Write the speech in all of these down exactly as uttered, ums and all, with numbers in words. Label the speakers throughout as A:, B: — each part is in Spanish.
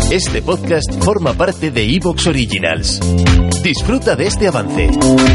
A: Este podcast forma parte de iVoox Originals. Disfruta de este avance.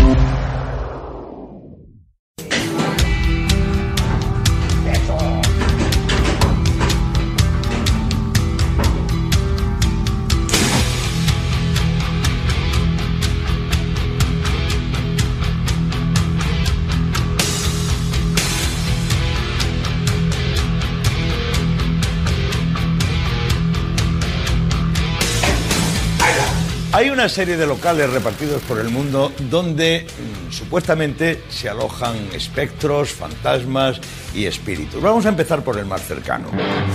B: Hay una serie de locales repartidos por el mundo donde mmm, supuestamente se alojan espectros, fantasmas y espíritus. Vamos a empezar por el más cercano.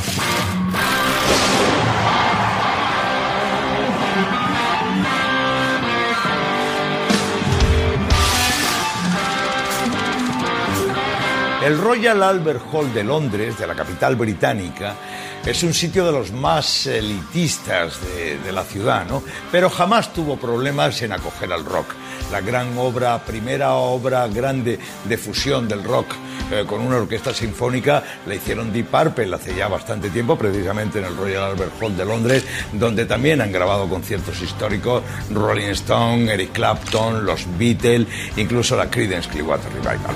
B: El Royal Albert Hall de Londres, de la capital británica, es un sitio de los más elitistas de, de la ciudad, ¿no? Pero jamás tuvo problemas en acoger al rock. La gran obra, primera obra grande de fusión del rock eh, con una orquesta sinfónica la hicieron Deep Purple hace ya bastante tiempo, precisamente en el Royal Albert Hall de Londres, donde también han grabado conciertos históricos Rolling Stone, Eric Clapton, los Beatles, incluso la Creedence Clearwater Revival.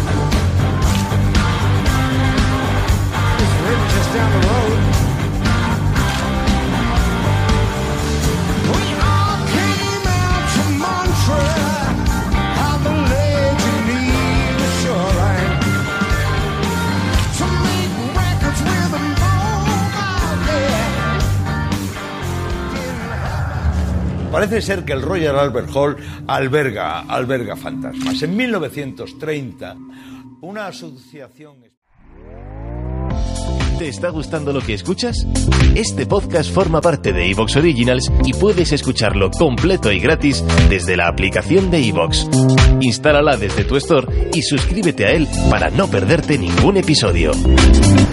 B: Parece ser que el Royal Albert Hall alberga, alberga fantasmas. En mil novecientos treinta, una asociación...
A: ¿Te está gustando lo que escuchas? Este podcast forma parte de iVoox Originals y puedes escucharlo completo y gratis desde la aplicación de iVoox. Instálala desde tu store y suscríbete a él para no perderte ningún episodio.